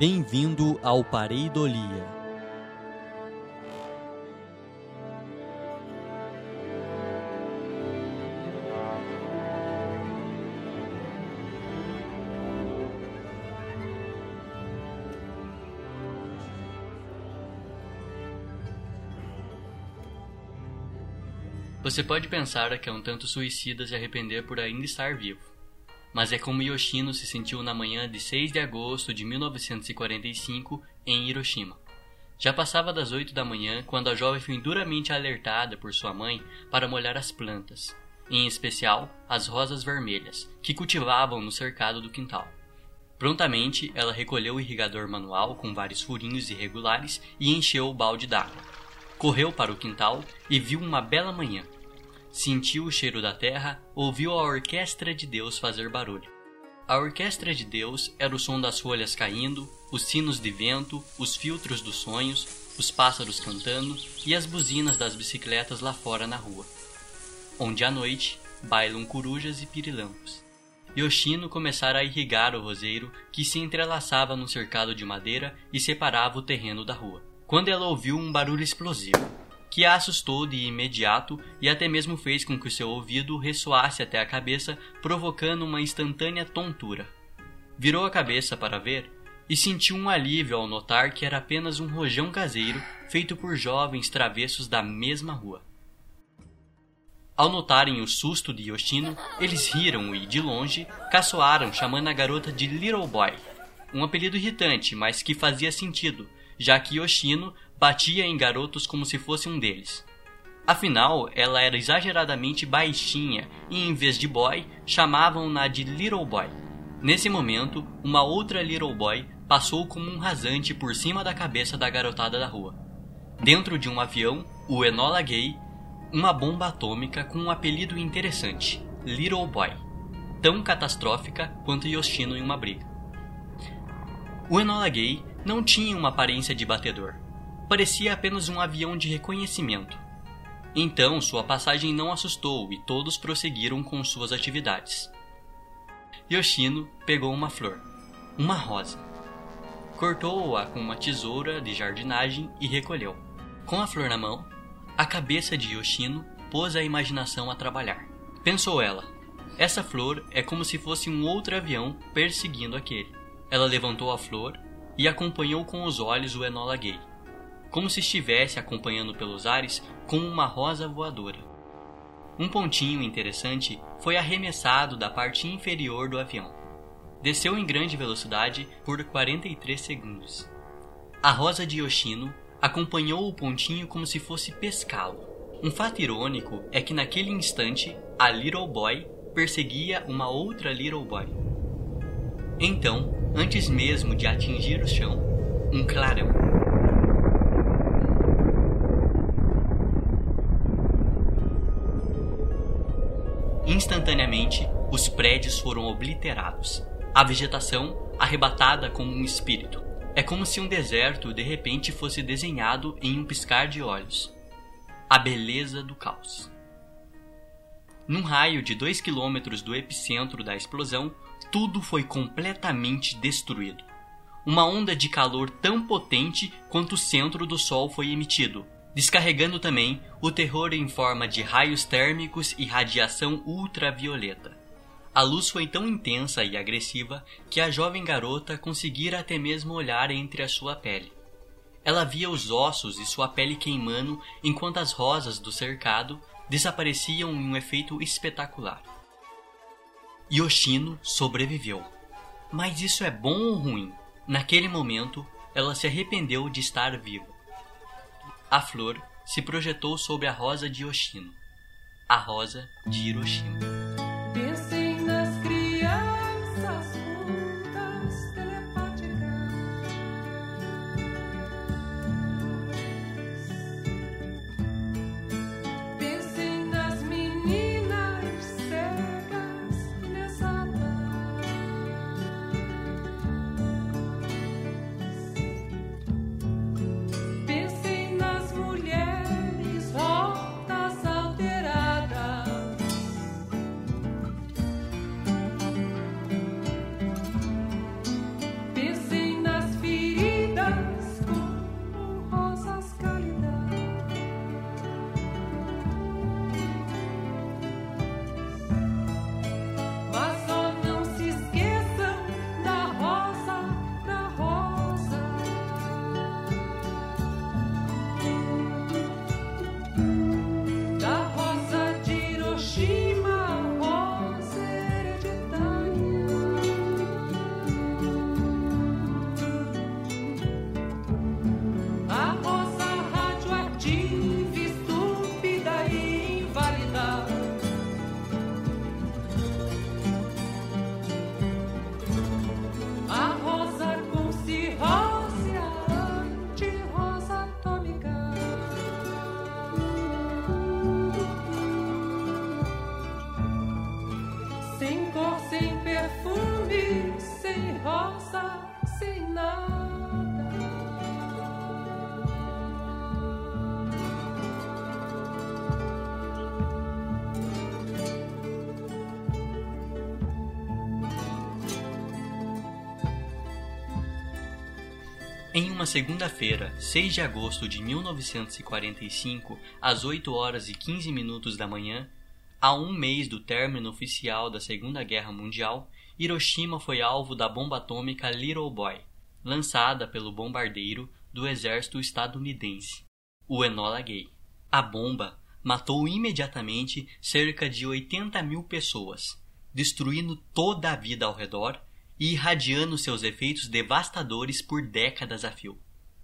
Bem-vindo ao Pareidolia. Você pode pensar que é um tanto suicida se arrepender por ainda estar vivo. Mas é como Yoshino se sentiu na manhã de 6 de agosto de 1945 em Hiroshima. Já passava das 8 da manhã quando a jovem foi duramente alertada por sua mãe para molhar as plantas, em especial as rosas vermelhas, que cultivavam no cercado do quintal. Prontamente, ela recolheu o irrigador manual com vários furinhos irregulares e encheu o balde d'água. Correu para o quintal e viu uma bela manhã. Sentiu o cheiro da terra, ouviu a Orquestra de Deus fazer barulho. A Orquestra de Deus era o som das folhas caindo, os sinos de vento, os filtros dos sonhos, os pássaros cantando e as buzinas das bicicletas lá fora na rua, onde à noite bailam corujas e pirilampos. Yoshino começara a irrigar o roseiro que se entrelaçava num cercado de madeira e separava o terreno da rua, quando ela ouviu um barulho explosivo, que a assustou de imediato e até mesmo fez com que o seu ouvido ressoasse até a cabeça, provocando uma instantânea tontura. Virou a cabeça para ver e sentiu um alívio ao notar que era apenas um rojão caseiro feito por jovens travessos da mesma rua. Ao notarem o susto de Yoshino, eles riram e, de longe, caçoaram chamando a garota de Little Boy, um apelido irritante, mas que fazia sentido, já que Yoshino batia em garotos como se fosse um deles. Afinal, ela era exageradamente baixinha e, em vez de boy, chamavam-na de Little Boy. Nesse momento, uma outra Little Boy passou como um rasante por cima da cabeça da garotada da rua. Dentro de um avião, o Enola Gay, uma bomba atômica com um apelido interessante, Little Boy, tão catastrófica quanto Yoshino em uma briga. O Enola Gay não tinha uma aparência de batedor. Parecia apenas um avião de reconhecimento. Então sua passagem não assustou e todos prosseguiram com suas atividades. Yoshino pegou uma flor, uma rosa. Cortou-a com uma tesoura de jardinagem e recolheu. Com a flor na mão, a cabeça de Yoshino pôs a imaginação a trabalhar. Pensou ela, essa flor é como se fosse um outro avião perseguindo aquele. Ela levantou a flor e acompanhou com os olhos o Enola Gay, como se estivesse acompanhando pelos ares como uma rosa voadora. Um pontinho interessante foi arremessado da parte inferior do avião. Desceu em grande velocidade por 43 segundos. A rosa de Yoshino acompanhou o pontinho como se fosse pescá-lo. Um fato irônico é que naquele instante a Little Boy perseguia uma outra Little Boy. Então, antes mesmo de atingir o chão, um clarão. Instantaneamente, os prédios foram obliterados. A vegetação arrebatada como um espírito. É como se um deserto de repente fosse desenhado em um piscar de olhos. A beleza do caos. Num raio de 2 quilômetros do epicentro da explosão, tudo foi completamente destruído. Uma onda de calor tão potente quanto o centro do Sol foi emitido, descarregando também o terror em forma de raios térmicos e radiação ultravioleta. A luz foi tão intensa e agressiva que a jovem garota conseguira até mesmo olhar entre a sua pele. Ela via os ossos e sua pele queimando enquanto as rosas do cercado desapareciam em um efeito espetacular. Yoshino sobreviveu. Mas isso é bom ou ruim? Naquele momento, ela se arrependeu de estar viva. A flor se projetou sobre a rosa de Yoshino, a rosa de Hiroshima. Pensem nas crianças juntas, telepáticas. Pensem nas meninas cegas nessa paz. Pensem nas mulheres rotas, alteradas. Em uma segunda-feira, 6 de agosto de 1945, às 8 horas e 15 minutos da manhã, a um mês do término oficial da Segunda Guerra Mundial, Hiroshima foi alvo da bomba atômica Little Boy, lançada pelo bombardeiro do exército estadunidense, o Enola Gay. A bomba matou imediatamente cerca de 80 mil pessoas, destruindo toda a vida ao redor e irradiando seus efeitos devastadores por décadas a fio.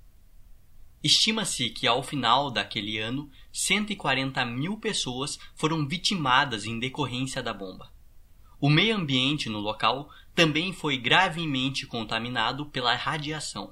Estima-se que ao final daquele ano, 140 mil pessoas foram vitimadas em decorrência da bomba. O meio ambiente no local também foi gravemente contaminado pela radiação.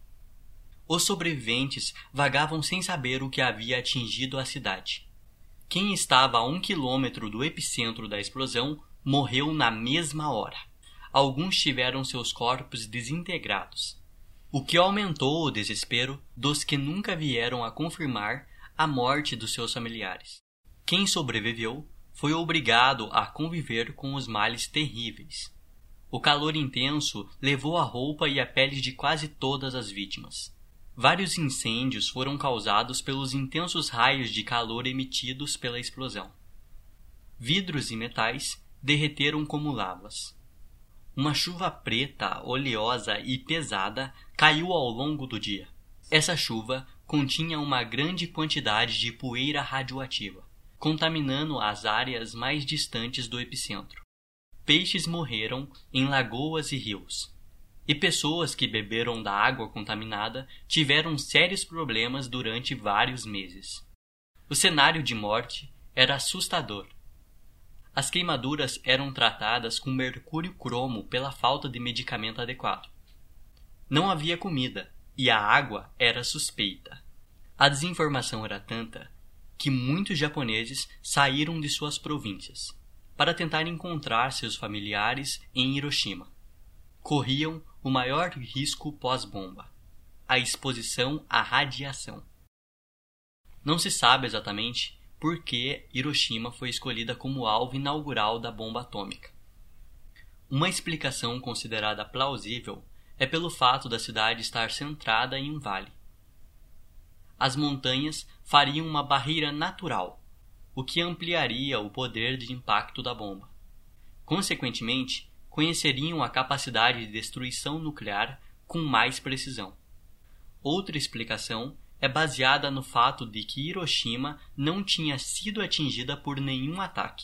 Os sobreviventes vagavam sem saber o que havia atingido a cidade. Quem estava a 1 quilômetro do epicentro da explosão morreu na mesma hora. Alguns tiveram seus corpos desintegrados, o que aumentou o desespero dos que nunca vieram a confirmar a morte dos seus familiares. Quem sobreviveu foi obrigado a conviver com os males terríveis. O calor intenso levou a roupa e a pele de quase todas as vítimas. Vários incêndios foram causados pelos intensos raios de calor emitidos pela explosão. Vidros e metais derreteram como lavas. Uma chuva preta, oleosa e pesada caiu ao longo do dia. Essa chuva continha uma grande quantidade de poeira radioativa, contaminando as áreas mais distantes do epicentro. Peixes morreram em lagoas e rios, e pessoas que beberam da água contaminada tiveram sérios problemas durante vários meses. O cenário de morte era assustador. As queimaduras eram tratadas com mercúrio cromo pela falta de medicamento adequado. Não havia comida e a água era suspeita. A desinformação era tanta que muitos japoneses saíram de suas províncias para tentar encontrar seus familiares em Hiroshima. Corriam o maior risco pós-bomba, a exposição à radiação. Não se sabe exatamente por que Hiroshima foi escolhida como alvo inaugural da bomba atômica. Uma explicação considerada plausível é pelo fato da cidade estar centrada em um vale. As montanhas fariam uma barreira natural, o que ampliaria o poder de impacto da bomba. Consequentemente, conheceriam a capacidade de destruição nuclear com mais precisão. Outra explicação é baseada no fato de que Hiroshima não tinha sido atingida por nenhum ataque.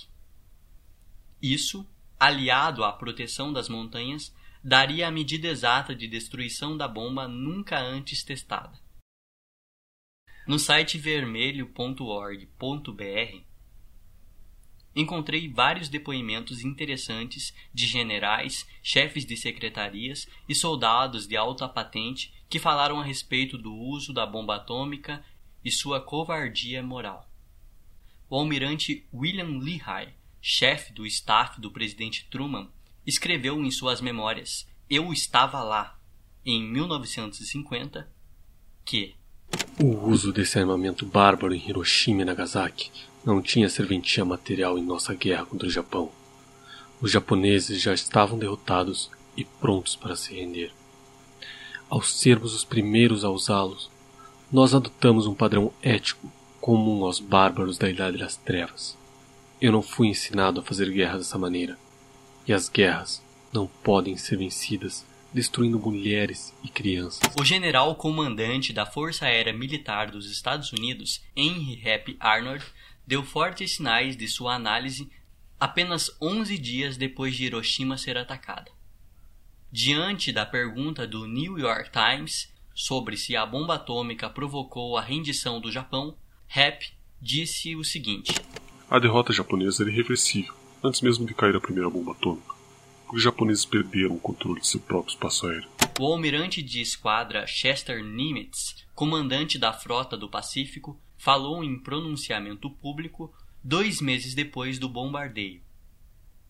Isso, aliado à proteção das montanhas, daria a medida exata de destruição da bomba nunca antes testada. No site vermelho.org.br encontrei vários depoimentos interessantes de generais, chefes de secretarias e soldados de alta patente que falaram a respeito do uso da bomba atômica e sua covardia moral. O almirante William Lehigh, chefe do staff do presidente Truman, escreveu em suas memórias "Eu estava lá", em 1950, que o uso desse armamento bárbaro em Hiroshima e Nagasaki não tinha serventia material em nossa guerra contra o Japão. Os japoneses já estavam derrotados e prontos para se render. Ao sermos os primeiros a usá-los, nós adotamos um padrão ético comum aos bárbaros da Idade das Trevas. Eu não fui ensinado a fazer guerra dessa maneira, e as guerras não podem ser vencidas destruindo mulheres e crianças. O general comandante da Força Aérea Militar dos Estados Unidos, Henry Hep Arnold, deu fortes sinais de sua análise apenas 11 dias depois de Hiroshima ser atacada. Diante da pergunta do New York Times sobre se a bomba atômica provocou a rendição do Japão, Hep disse o seguinte: a derrota japonesa era irreversível, antes mesmo de cair a primeira bomba atômica, porque os japoneses perderam o controle de seu próprio espaço aéreo. O almirante de esquadra Chester Nimitz, comandante da Frota do Pacífico, falou em pronunciamento público 2 meses depois do bombardeio.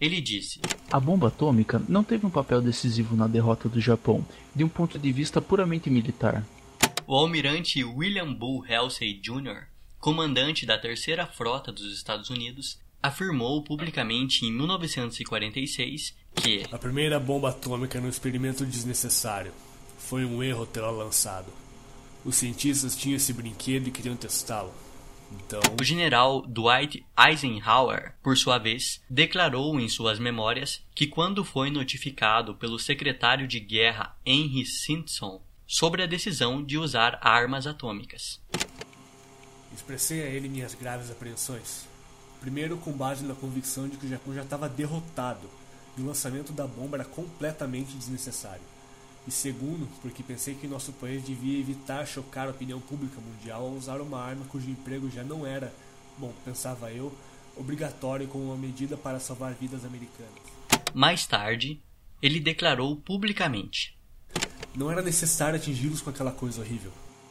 Ele disse: A bomba atômica não teve um papel decisivo na derrota do Japão, de um ponto de vista puramente militar. O almirante William Bull Halsey Jr., comandante da Terceira Frota dos Estados Unidos, afirmou publicamente em 1946 que a primeira bomba atômica era um experimento desnecessário. Foi um erro tê-la lançado. Os cientistas tinham esse brinquedo e queriam testá-lo. Então, o general Dwight Eisenhower, por sua vez, declarou em suas memórias que quando foi notificado pelo secretário de guerra Henry Stinson sobre a decisão de usar armas atômicas. Expressei a ele minhas graves apreensões. Primeiro, com base na convicção de que o Japão já estava derrotado e o lançamento da bomba era completamente desnecessário. E segundo, porque pensei que nosso país devia evitar chocar a opinião pública mundial ao usar uma arma cujo emprego já não era, pensava eu, obrigatório como uma medida para salvar vidas americanas. Mais tarde, ele declarou publicamente: não era necessário atingi-los com aquela coisa horrível.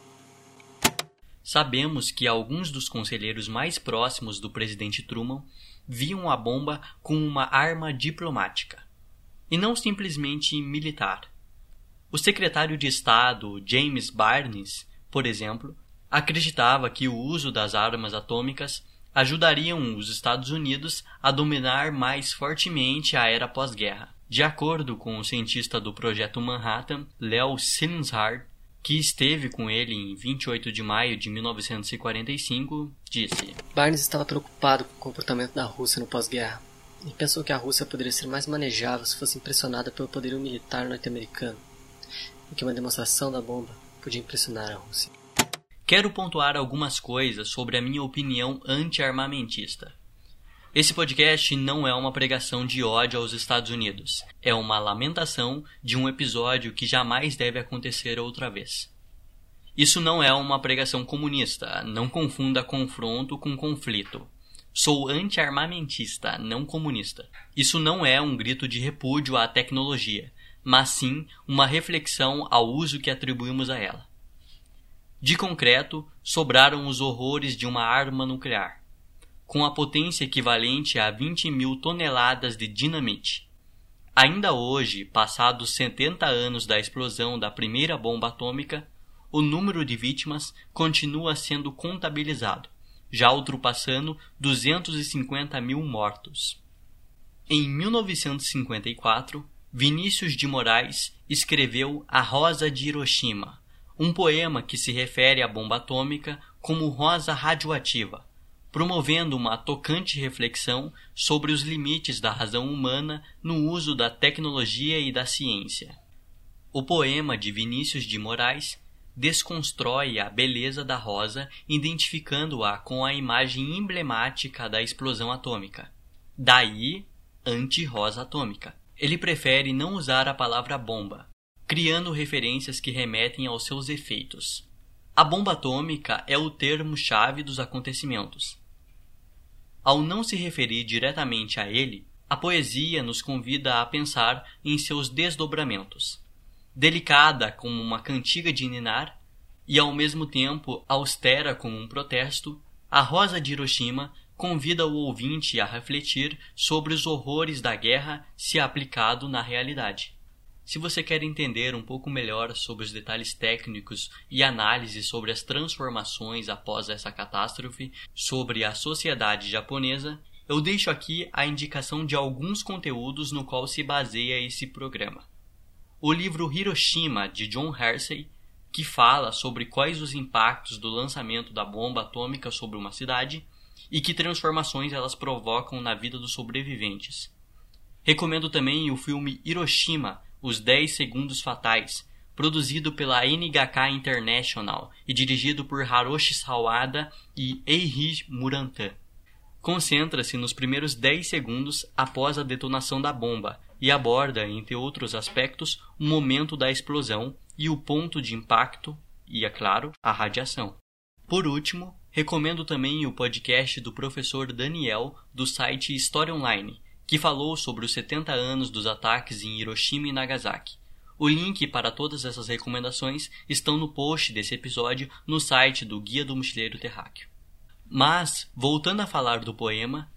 Sabemos que alguns dos conselheiros mais próximos do presidente Truman viam a bomba como uma arma diplomática, e não simplesmente militar. O secretário de Estado James Barnes, por exemplo, acreditava que o uso das armas atômicas ajudariam os Estados Unidos a dominar mais fortemente a era pós-guerra. De acordo com o cientista do Projeto Manhattan, Leo Szilard, que esteve com ele em 28 de maio de 1945, disse: Barnes estava preocupado com o comportamento da Rússia no pós-guerra e pensou que a Rússia poderia ser mais manejável se fosse impressionada pelo poderio militar norte-americano e que uma demonstração da bomba podia impressionar a Rússia. Quero pontuar algumas coisas sobre a minha opinião anti-armamentista. Esse podcast não é uma pregação de ódio aos Estados Unidos. É uma lamentação de um episódio que jamais deve acontecer outra vez. Isso não é uma pregação comunista. Não confunda confronto com conflito. Sou anti-armamentista, não comunista. Isso não é um grito de repúdio à tecnologia, mas sim uma reflexão ao uso que atribuímos a ela. De concreto, sobraram os horrores de uma arma nuclear, com a potência equivalente a 20 mil toneladas de dinamite. Ainda hoje, passados 70 anos da explosão da primeira bomba atômica, o número de vítimas continua sendo contabilizado, já ultrapassando 250 mil mortos. Em 1954, Vinícius de Moraes escreveu A Rosa de Hiroshima, um poema que se refere à bomba atômica como rosa radioativa, promovendo uma tocante reflexão sobre os limites da razão humana no uso da tecnologia e da ciência. O poema de Vinícius de Moraes desconstrói a beleza da rosa, identificando-a com a imagem emblemática da explosão atômica. Daí, anti-rosa atômica. Ele prefere não usar a palavra bomba, criando referências que remetem aos seus efeitos. A bomba atômica é o termo-chave dos acontecimentos. Ao não se referir diretamente a ele, a poesia nos convida a pensar em seus desdobramentos. Delicada como uma cantiga de ninar e ao mesmo tempo austera como um protesto, a Rosa de Hiroshima convida o ouvinte a refletir sobre os horrores da guerra se aplicado na realidade. Se você quer entender um pouco melhor sobre os detalhes técnicos e análise sobre as transformações após essa catástrofe sobre a sociedade japonesa, eu deixo aqui a indicação de alguns conteúdos no qual se baseia esse programa. O livro Hiroshima, de John Hersey, que fala sobre quais os impactos do lançamento da bomba atômica sobre uma cidade e que transformações elas provocam na vida dos sobreviventes. Recomendo também o filme Hiroshima, Os 10 Segundos Fatais, produzido pela NHK International e dirigido por Haroshi Sawada e Eiji Murata. Concentra-se nos primeiros 10 segundos após a detonação da bomba e aborda, entre outros aspectos, o momento da explosão e o ponto de impacto e, é claro, a radiação. Por último, recomendo também o podcast do professor Daniel, do site História Online, que falou sobre os 70 anos dos ataques em Hiroshima e Nagasaki. O link para todas essas recomendações estão no post desse episódio no site do Guia do Mochileiro Terráqueo. Mas, voltando a falar do poema,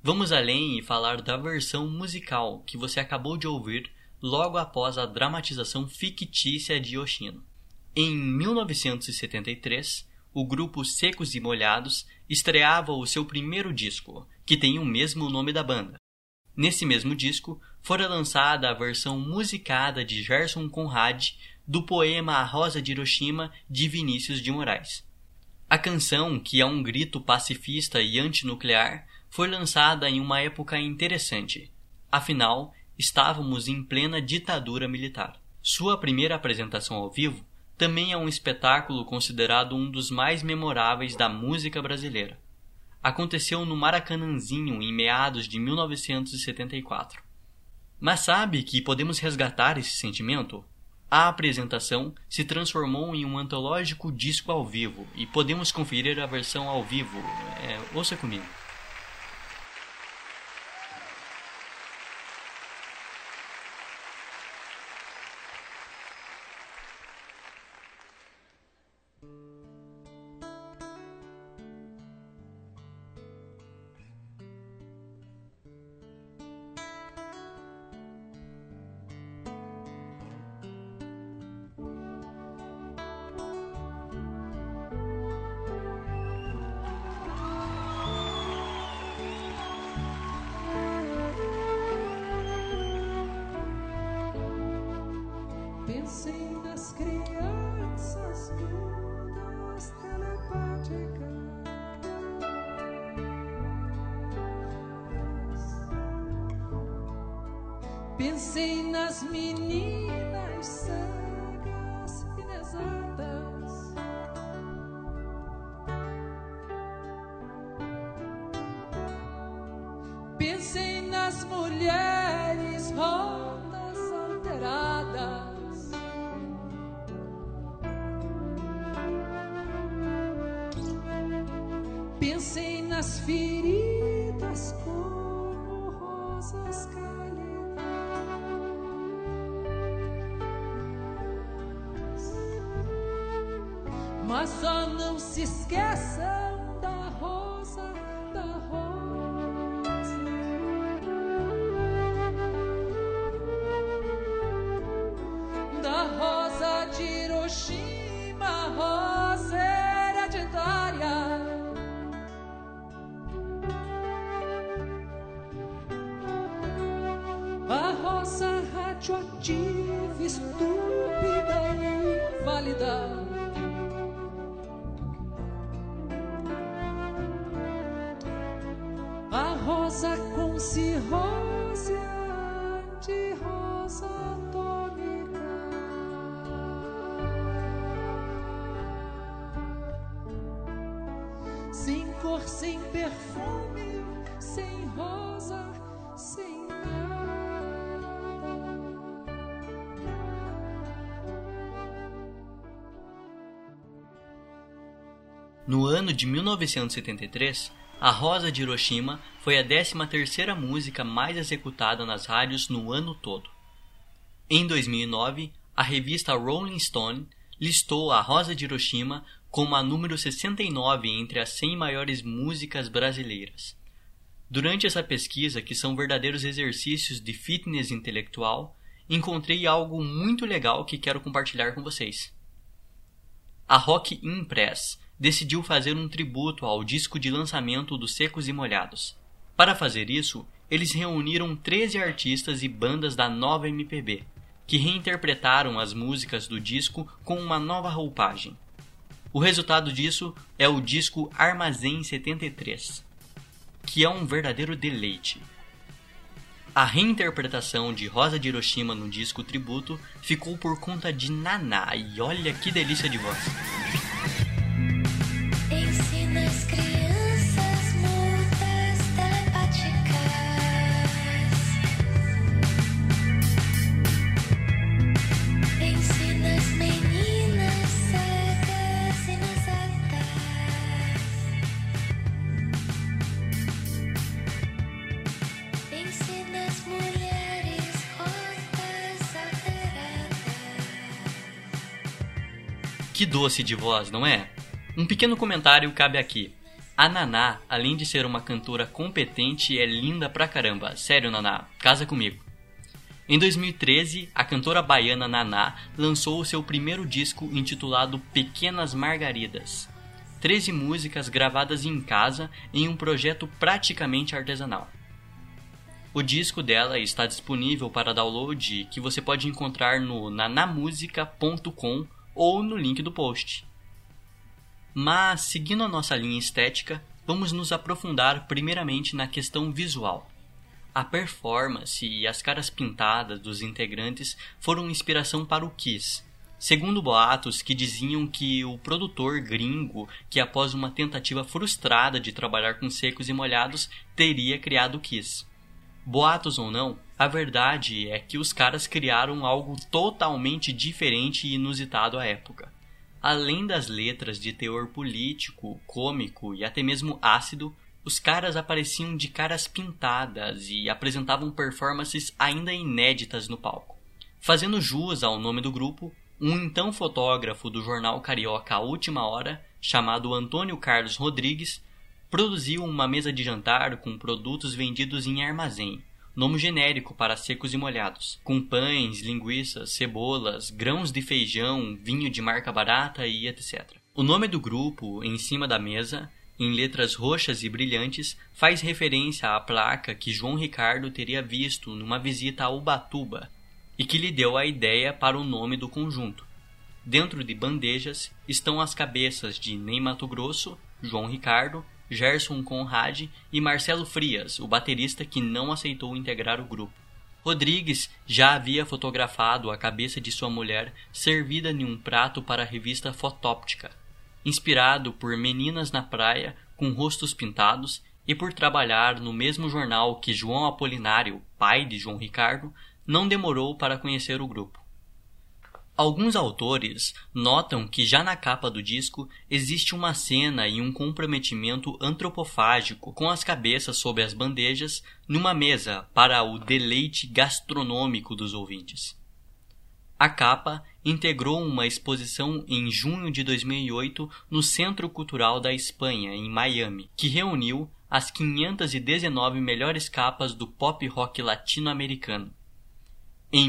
Vamos além e falar da versão musical que você acabou de ouvir logo após a dramatização fictícia de Yoshino. Em 1973, o grupo Secos e Molhados estreava o seu primeiro disco, que tem o mesmo nome da banda. Nesse mesmo disco, fora lançada a versão musicada de Gerson Conrad do poema A Rosa de Hiroshima, de Vinícius de Moraes. A canção, que é um grito pacifista e antinuclear, foi lançada em uma época interessante. Afinal, estávamos em plena ditadura militar. Sua primeira apresentação ao vivo também é um espetáculo considerado um dos mais memoráveis da música brasileira. Aconteceu no Maracanãzinho em meados de 1974. Mas sabe que podemos resgatar esse sentimento? A apresentação se transformou em um antológico disco ao vivo e podemos conferir a versão ao vivo. Ouça comigo. Pensei nas crianças mudas telepáticas. Pensei nas meninas cegas inexatas. Pensei nas mulheres rotas alteradas. Pensei nas feridas como rosas cálidas. Mas só não se esqueçam da rosa, da rosa. Da rosa de Hiroshima, rosa hereditária. A rosa radioativa, estúpida e válida. A rosa com cirrose, anti-rosa atômica. Sem cor, sem perfume, sem rosa, sem nada. No ano de 1973, A Rosa de Hiroshima foi a 13ª música mais executada nas rádios no ano todo. Em 2009, a revista Rolling Stone listou A Rosa de Hiroshima como a número 69 entre as 100 maiores músicas brasileiras. Durante essa pesquisa, que são verdadeiros exercícios de fitness intelectual, encontrei algo muito legal que quero compartilhar com vocês. A Rock Impress decidiu fazer um tributo ao disco de lançamento dos Secos e Molhados. Para fazer isso, eles reuniram 13 artistas e bandas da nova MPB, que reinterpretaram as músicas do disco com uma nova roupagem. O resultado disso é o disco Armazém 73, que é um verdadeiro deleite. A reinterpretação de Rosa de Hiroshima no disco tributo ficou por conta de Naná, e olha que delícia de voz. Ensina as crianças mudas telepáticas. Ensina as meninas cegas inexatas. Ensina as mulheres rotas alteradas. Que doce de voz, não é? Um pequeno comentário cabe aqui. A Naná, além de ser uma cantora competente, é linda pra caramba. Sério, Naná, casa comigo. Em 2013, a cantora baiana Naná lançou o seu primeiro disco intitulado Pequenas Margaridas. 13 músicas gravadas em casa em um projeto praticamente artesanal. O disco dela está disponível para download, que você pode encontrar no nanamusica.com ou no link do post. Mas, seguindo a nossa linha estética, vamos nos aprofundar primeiramente na questão visual. A performance e as caras pintadas dos integrantes foram inspiração para o Kiss, segundo boatos que diziam que o produtor gringo, que após uma tentativa frustrada de trabalhar com secos e molhados, teria criado o Kiss. Boatos ou não, a verdade é que os caras criaram algo totalmente diferente e inusitado à época. Além das letras de teor político, cômico e até mesmo ácido, os caras apareciam de caras pintadas e apresentavam performances ainda inéditas no palco. Fazendo jus ao nome do grupo, um então fotógrafo do jornal carioca A Última Hora, chamado Antônio Carlos Rodrigues, produziu uma mesa de jantar com produtos vendidos em armazém, nome genérico para secos e molhados, com pães, linguiças, cebolas, grãos de feijão, vinho de marca barata e etc. O nome do grupo, em cima da mesa, em letras roxas e brilhantes, faz referência à placa que João Ricardo teria visto numa visita a Ubatuba e que lhe deu a ideia para o nome do conjunto. Dentro de bandejas estão as cabeças de Ney Matogrosso, João Ricardo, Gerson Conrad e Marcelo Frias, o baterista que não aceitou integrar o grupo. Rodrigues já havia fotografado a cabeça de sua mulher servida em um prato para a revista Fotóptica, inspirado por meninas na praia com rostos pintados e por trabalhar no mesmo jornal que João Apolinário, pai de João Ricardo, não demorou para conhecer o grupo. Alguns autores notam que já na capa do disco existe uma cena e um comprometimento antropofágico com as cabeças sob as bandejas numa mesa para o deleite gastronômico dos ouvintes. A capa integrou uma exposição em junho de 2008 no Centro Cultural da Espanha, em Miami, que reuniu as 519 melhores capas do pop rock latino-americano. Em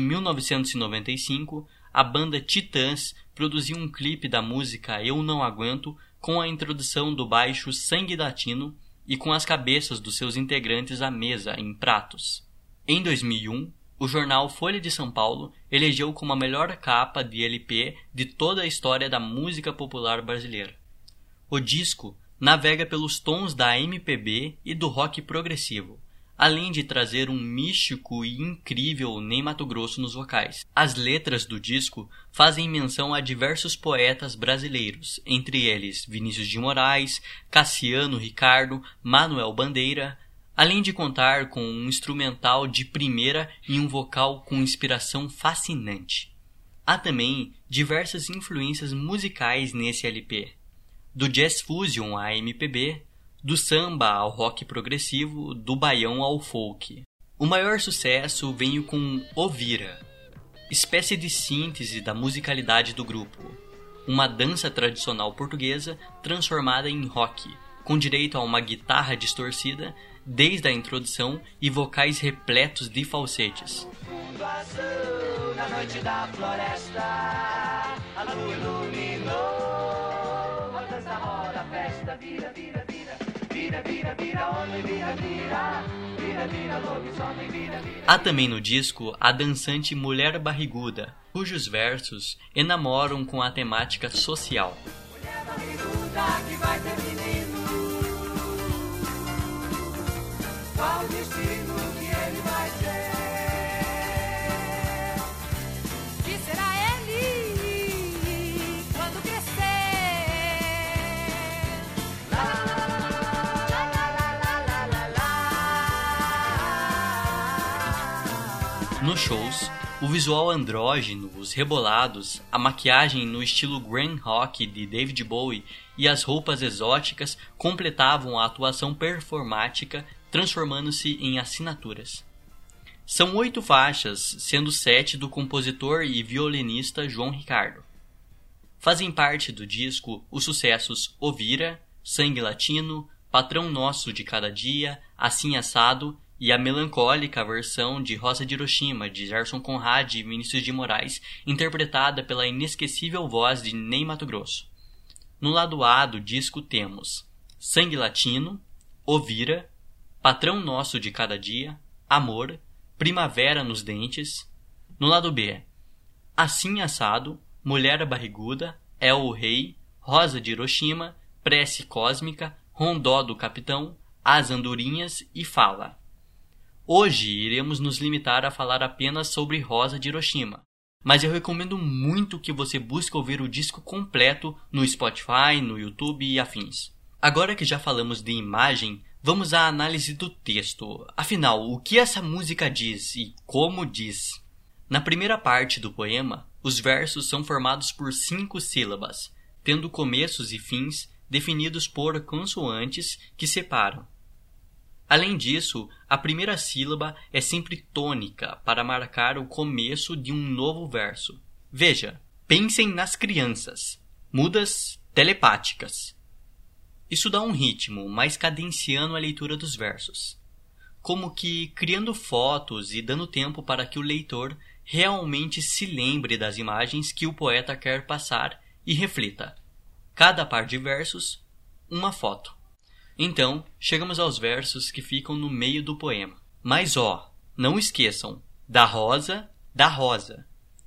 1995, a banda Titãs produziu um clipe da música Eu Não Aguento com a introdução do baixo Sangue Latino e com as cabeças dos seus integrantes à mesa em pratos. Em 2001, o jornal Folha de São Paulo elegeu como a melhor capa de LP de toda a história da música popular brasileira. O disco navega pelos tons da MPB e do rock progressivo, além de trazer um místico e incrível Ney Matogrosso nos vocais. As letras do disco fazem menção a diversos poetas brasileiros, entre eles Vinícius de Moraes, Cassiano Ricardo, Manuel Bandeira, além de contar com um instrumental de primeira e um vocal com inspiração fascinante. Há também diversas influências musicais nesse LP, do jazz fusion à MPB, do samba ao rock progressivo, do baião ao folk. O maior sucesso veio com Ovira, espécie de síntese da musicalidade do grupo, uma dança tradicional portuguesa transformada em rock, com direito a uma guitarra distorcida desde a introdução e vocais repletos de falsetes. Na noite da floresta, a lua iluminou, a dança roda, a festa vira, vira, vira, vira, vira, vira, homem, vira, vira, vira, vira, lobisomem, vira, vira. Há também no disco a dançante Mulher Barriguda, cujos versos enamoram com a temática social. Mulher barriguda que vai ter menino, qual o destino que ele vai ter? Que será ele quando crescer? Lá, lá, lá, lá, lá, lá. Nos shows, o visual andrógeno, os rebolados, a maquiagem no estilo glam rock de David Bowie e as roupas exóticas completavam a atuação performática, transformando-se em assinaturas. São 8 faixas, sendo 7 do compositor e violinista João Ricardo. Fazem parte do disco os sucessos Ovira, Sangue Latino, Patrão Nosso de Cada Dia, Assim Assado e a melancólica versão de Rosa de Hiroshima, de Gerson Conrad e Vinícius de Moraes, interpretada pela inesquecível voz de Ney Matogrosso. No lado A do disco temos Sangue Latino, Ovira, Patrão Nosso de Cada Dia, Amor, Primavera nos Dentes. No lado B, Assim Assado, Mulher Barriguda, É o Rei, Rosa de Hiroshima, Prece Cósmica, Rondó do Capitão, As Andorinhas e Fala. Hoje iremos nos limitar a falar apenas sobre Rosa de Hiroshima, mas eu recomendo muito que você busque ouvir o disco completo no Spotify, no YouTube e afins. Agora que já falamos de imagem, vamos à análise do texto. Afinal, o que essa música diz e como diz? Na primeira parte do poema, os versos são formados por 5 sílabas, tendo começos e fins definidos por consoantes que separam. Além disso, a primeira sílaba é sempre tônica para marcar o começo de um novo verso. Veja, pensem nas crianças, mudas telepáticas. Isso dá um ritmo, mais cadenciando a leitura dos versos, como que criando fotos e dando tempo para que o leitor realmente se lembre das imagens que o poeta quer passar e reflita. Cada par de versos, uma foto. Então, chegamos aos versos que ficam no meio do poema. Mas não esqueçam, da rosa, da rosa.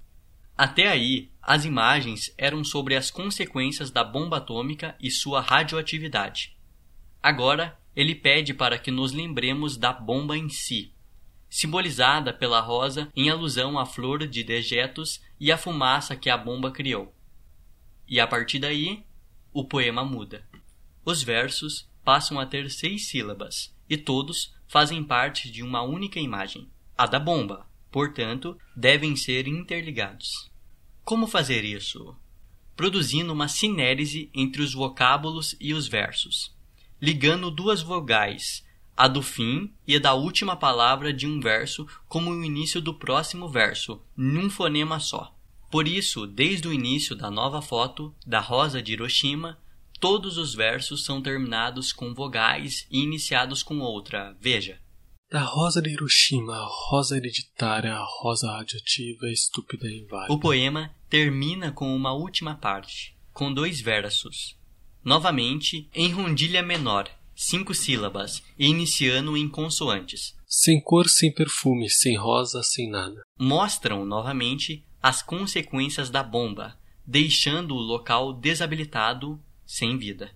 Até aí, as imagens eram sobre as consequências da bomba atômica e sua radioatividade. Agora, ele pede para que nos lembremos da bomba em si, simbolizada pela rosa em alusão à flor de dejetos e à fumaça que a bomba criou. E a partir daí, o poema muda. Os versos passam a ter 6 sílabas, e todos fazem parte de uma única imagem, a da bomba, portanto, devem ser interligados. Como fazer isso? Produzindo uma sinérese entre os vocábulos e os versos, ligando 2 vogais, a do fim e a da última palavra de um verso como o início do próximo verso, num fonema só. Por isso, desde o início da nova foto, da Rosa de Hiroshima, todos os versos são terminados com vogais e iniciados com outra. Veja. Da rosa de Hiroshima, a rosa hereditária, a rosa radioativa, estúpida e inválida. O poema termina com uma última parte, com 2 versos. Novamente, em rondilha menor, 5 sílabas, e iniciando em consoantes. Sem cor, sem perfume, sem rosa, sem nada. Mostram, novamente, as consequências da bomba, deixando o local desabilitado, sem vida.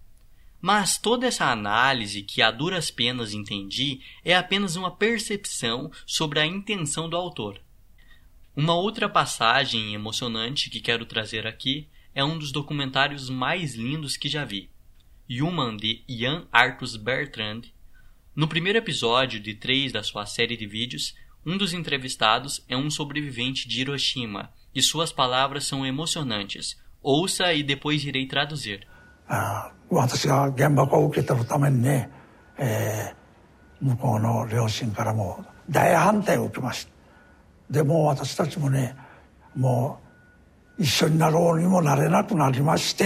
Mas toda essa análise que a duras penas entendi é apenas uma percepção sobre a intenção do autor. Uma outra passagem emocionante que quero trazer aqui é um dos documentários mais lindos que já vi. Human, de Ian Arthus Bertrand. No primeiro episódio de 3 da sua série de vídeos, um dos entrevistados é um sobrevivente de Hiroshima, e suas palavras são emocionantes. Ouça e depois irei traduzir. 私が原爆を受け取るためにね、向こうの両親からも大反対を受けました。でもう私たちもね、もう一緒になろうにもなれなくなりまして、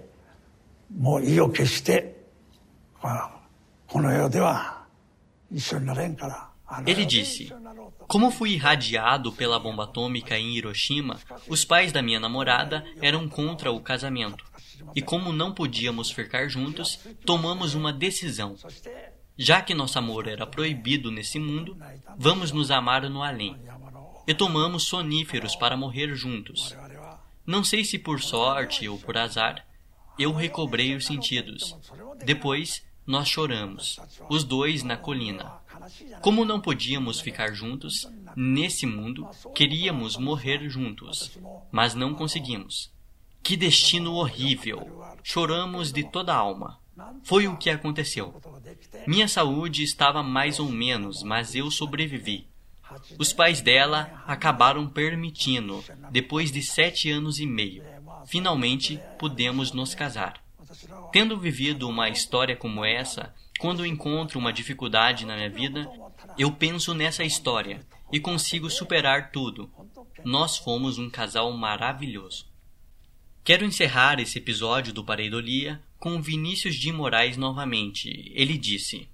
もう意を決して、この世では一緒になれんから。 Ele disse: Como fui irradiado pela bomba atômica em Hiroshima, os pais da minha namorada eram contra o casamento. E como não podíamos ficar juntos, tomamos uma decisão. Já que nosso amor era proibido nesse mundo, vamos nos amar no além. E tomamos soníferos para morrer juntos. Não sei se por sorte ou por azar, eu recobrei os sentidos. Depois, nós choramos, os 2 na colina. Como não podíamos ficar juntos, nesse mundo, queríamos morrer juntos, mas não conseguimos. Que destino horrível! Choramos de toda a alma. Foi o que aconteceu. Minha saúde estava mais ou menos, mas eu sobrevivi. Os pais dela acabaram permitindo, depois de 7 anos e meio. Finalmente, pudemos nos casar. Tendo vivido uma história como essa, quando encontro uma dificuldade na minha vida, eu penso nessa história e consigo superar tudo. Nós fomos um casal maravilhoso. Quero encerrar esse episódio do Pareidolia com Vinícius de Moraes novamente. Ele disse: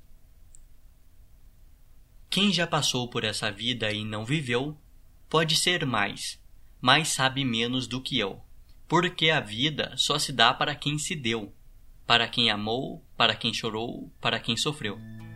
quem já passou por essa vida e não viveu, pode ser mais, mas sabe menos do que eu. Porque a vida só se dá para quem se deu, para quem amou, para quem chorou, para quem sofreu.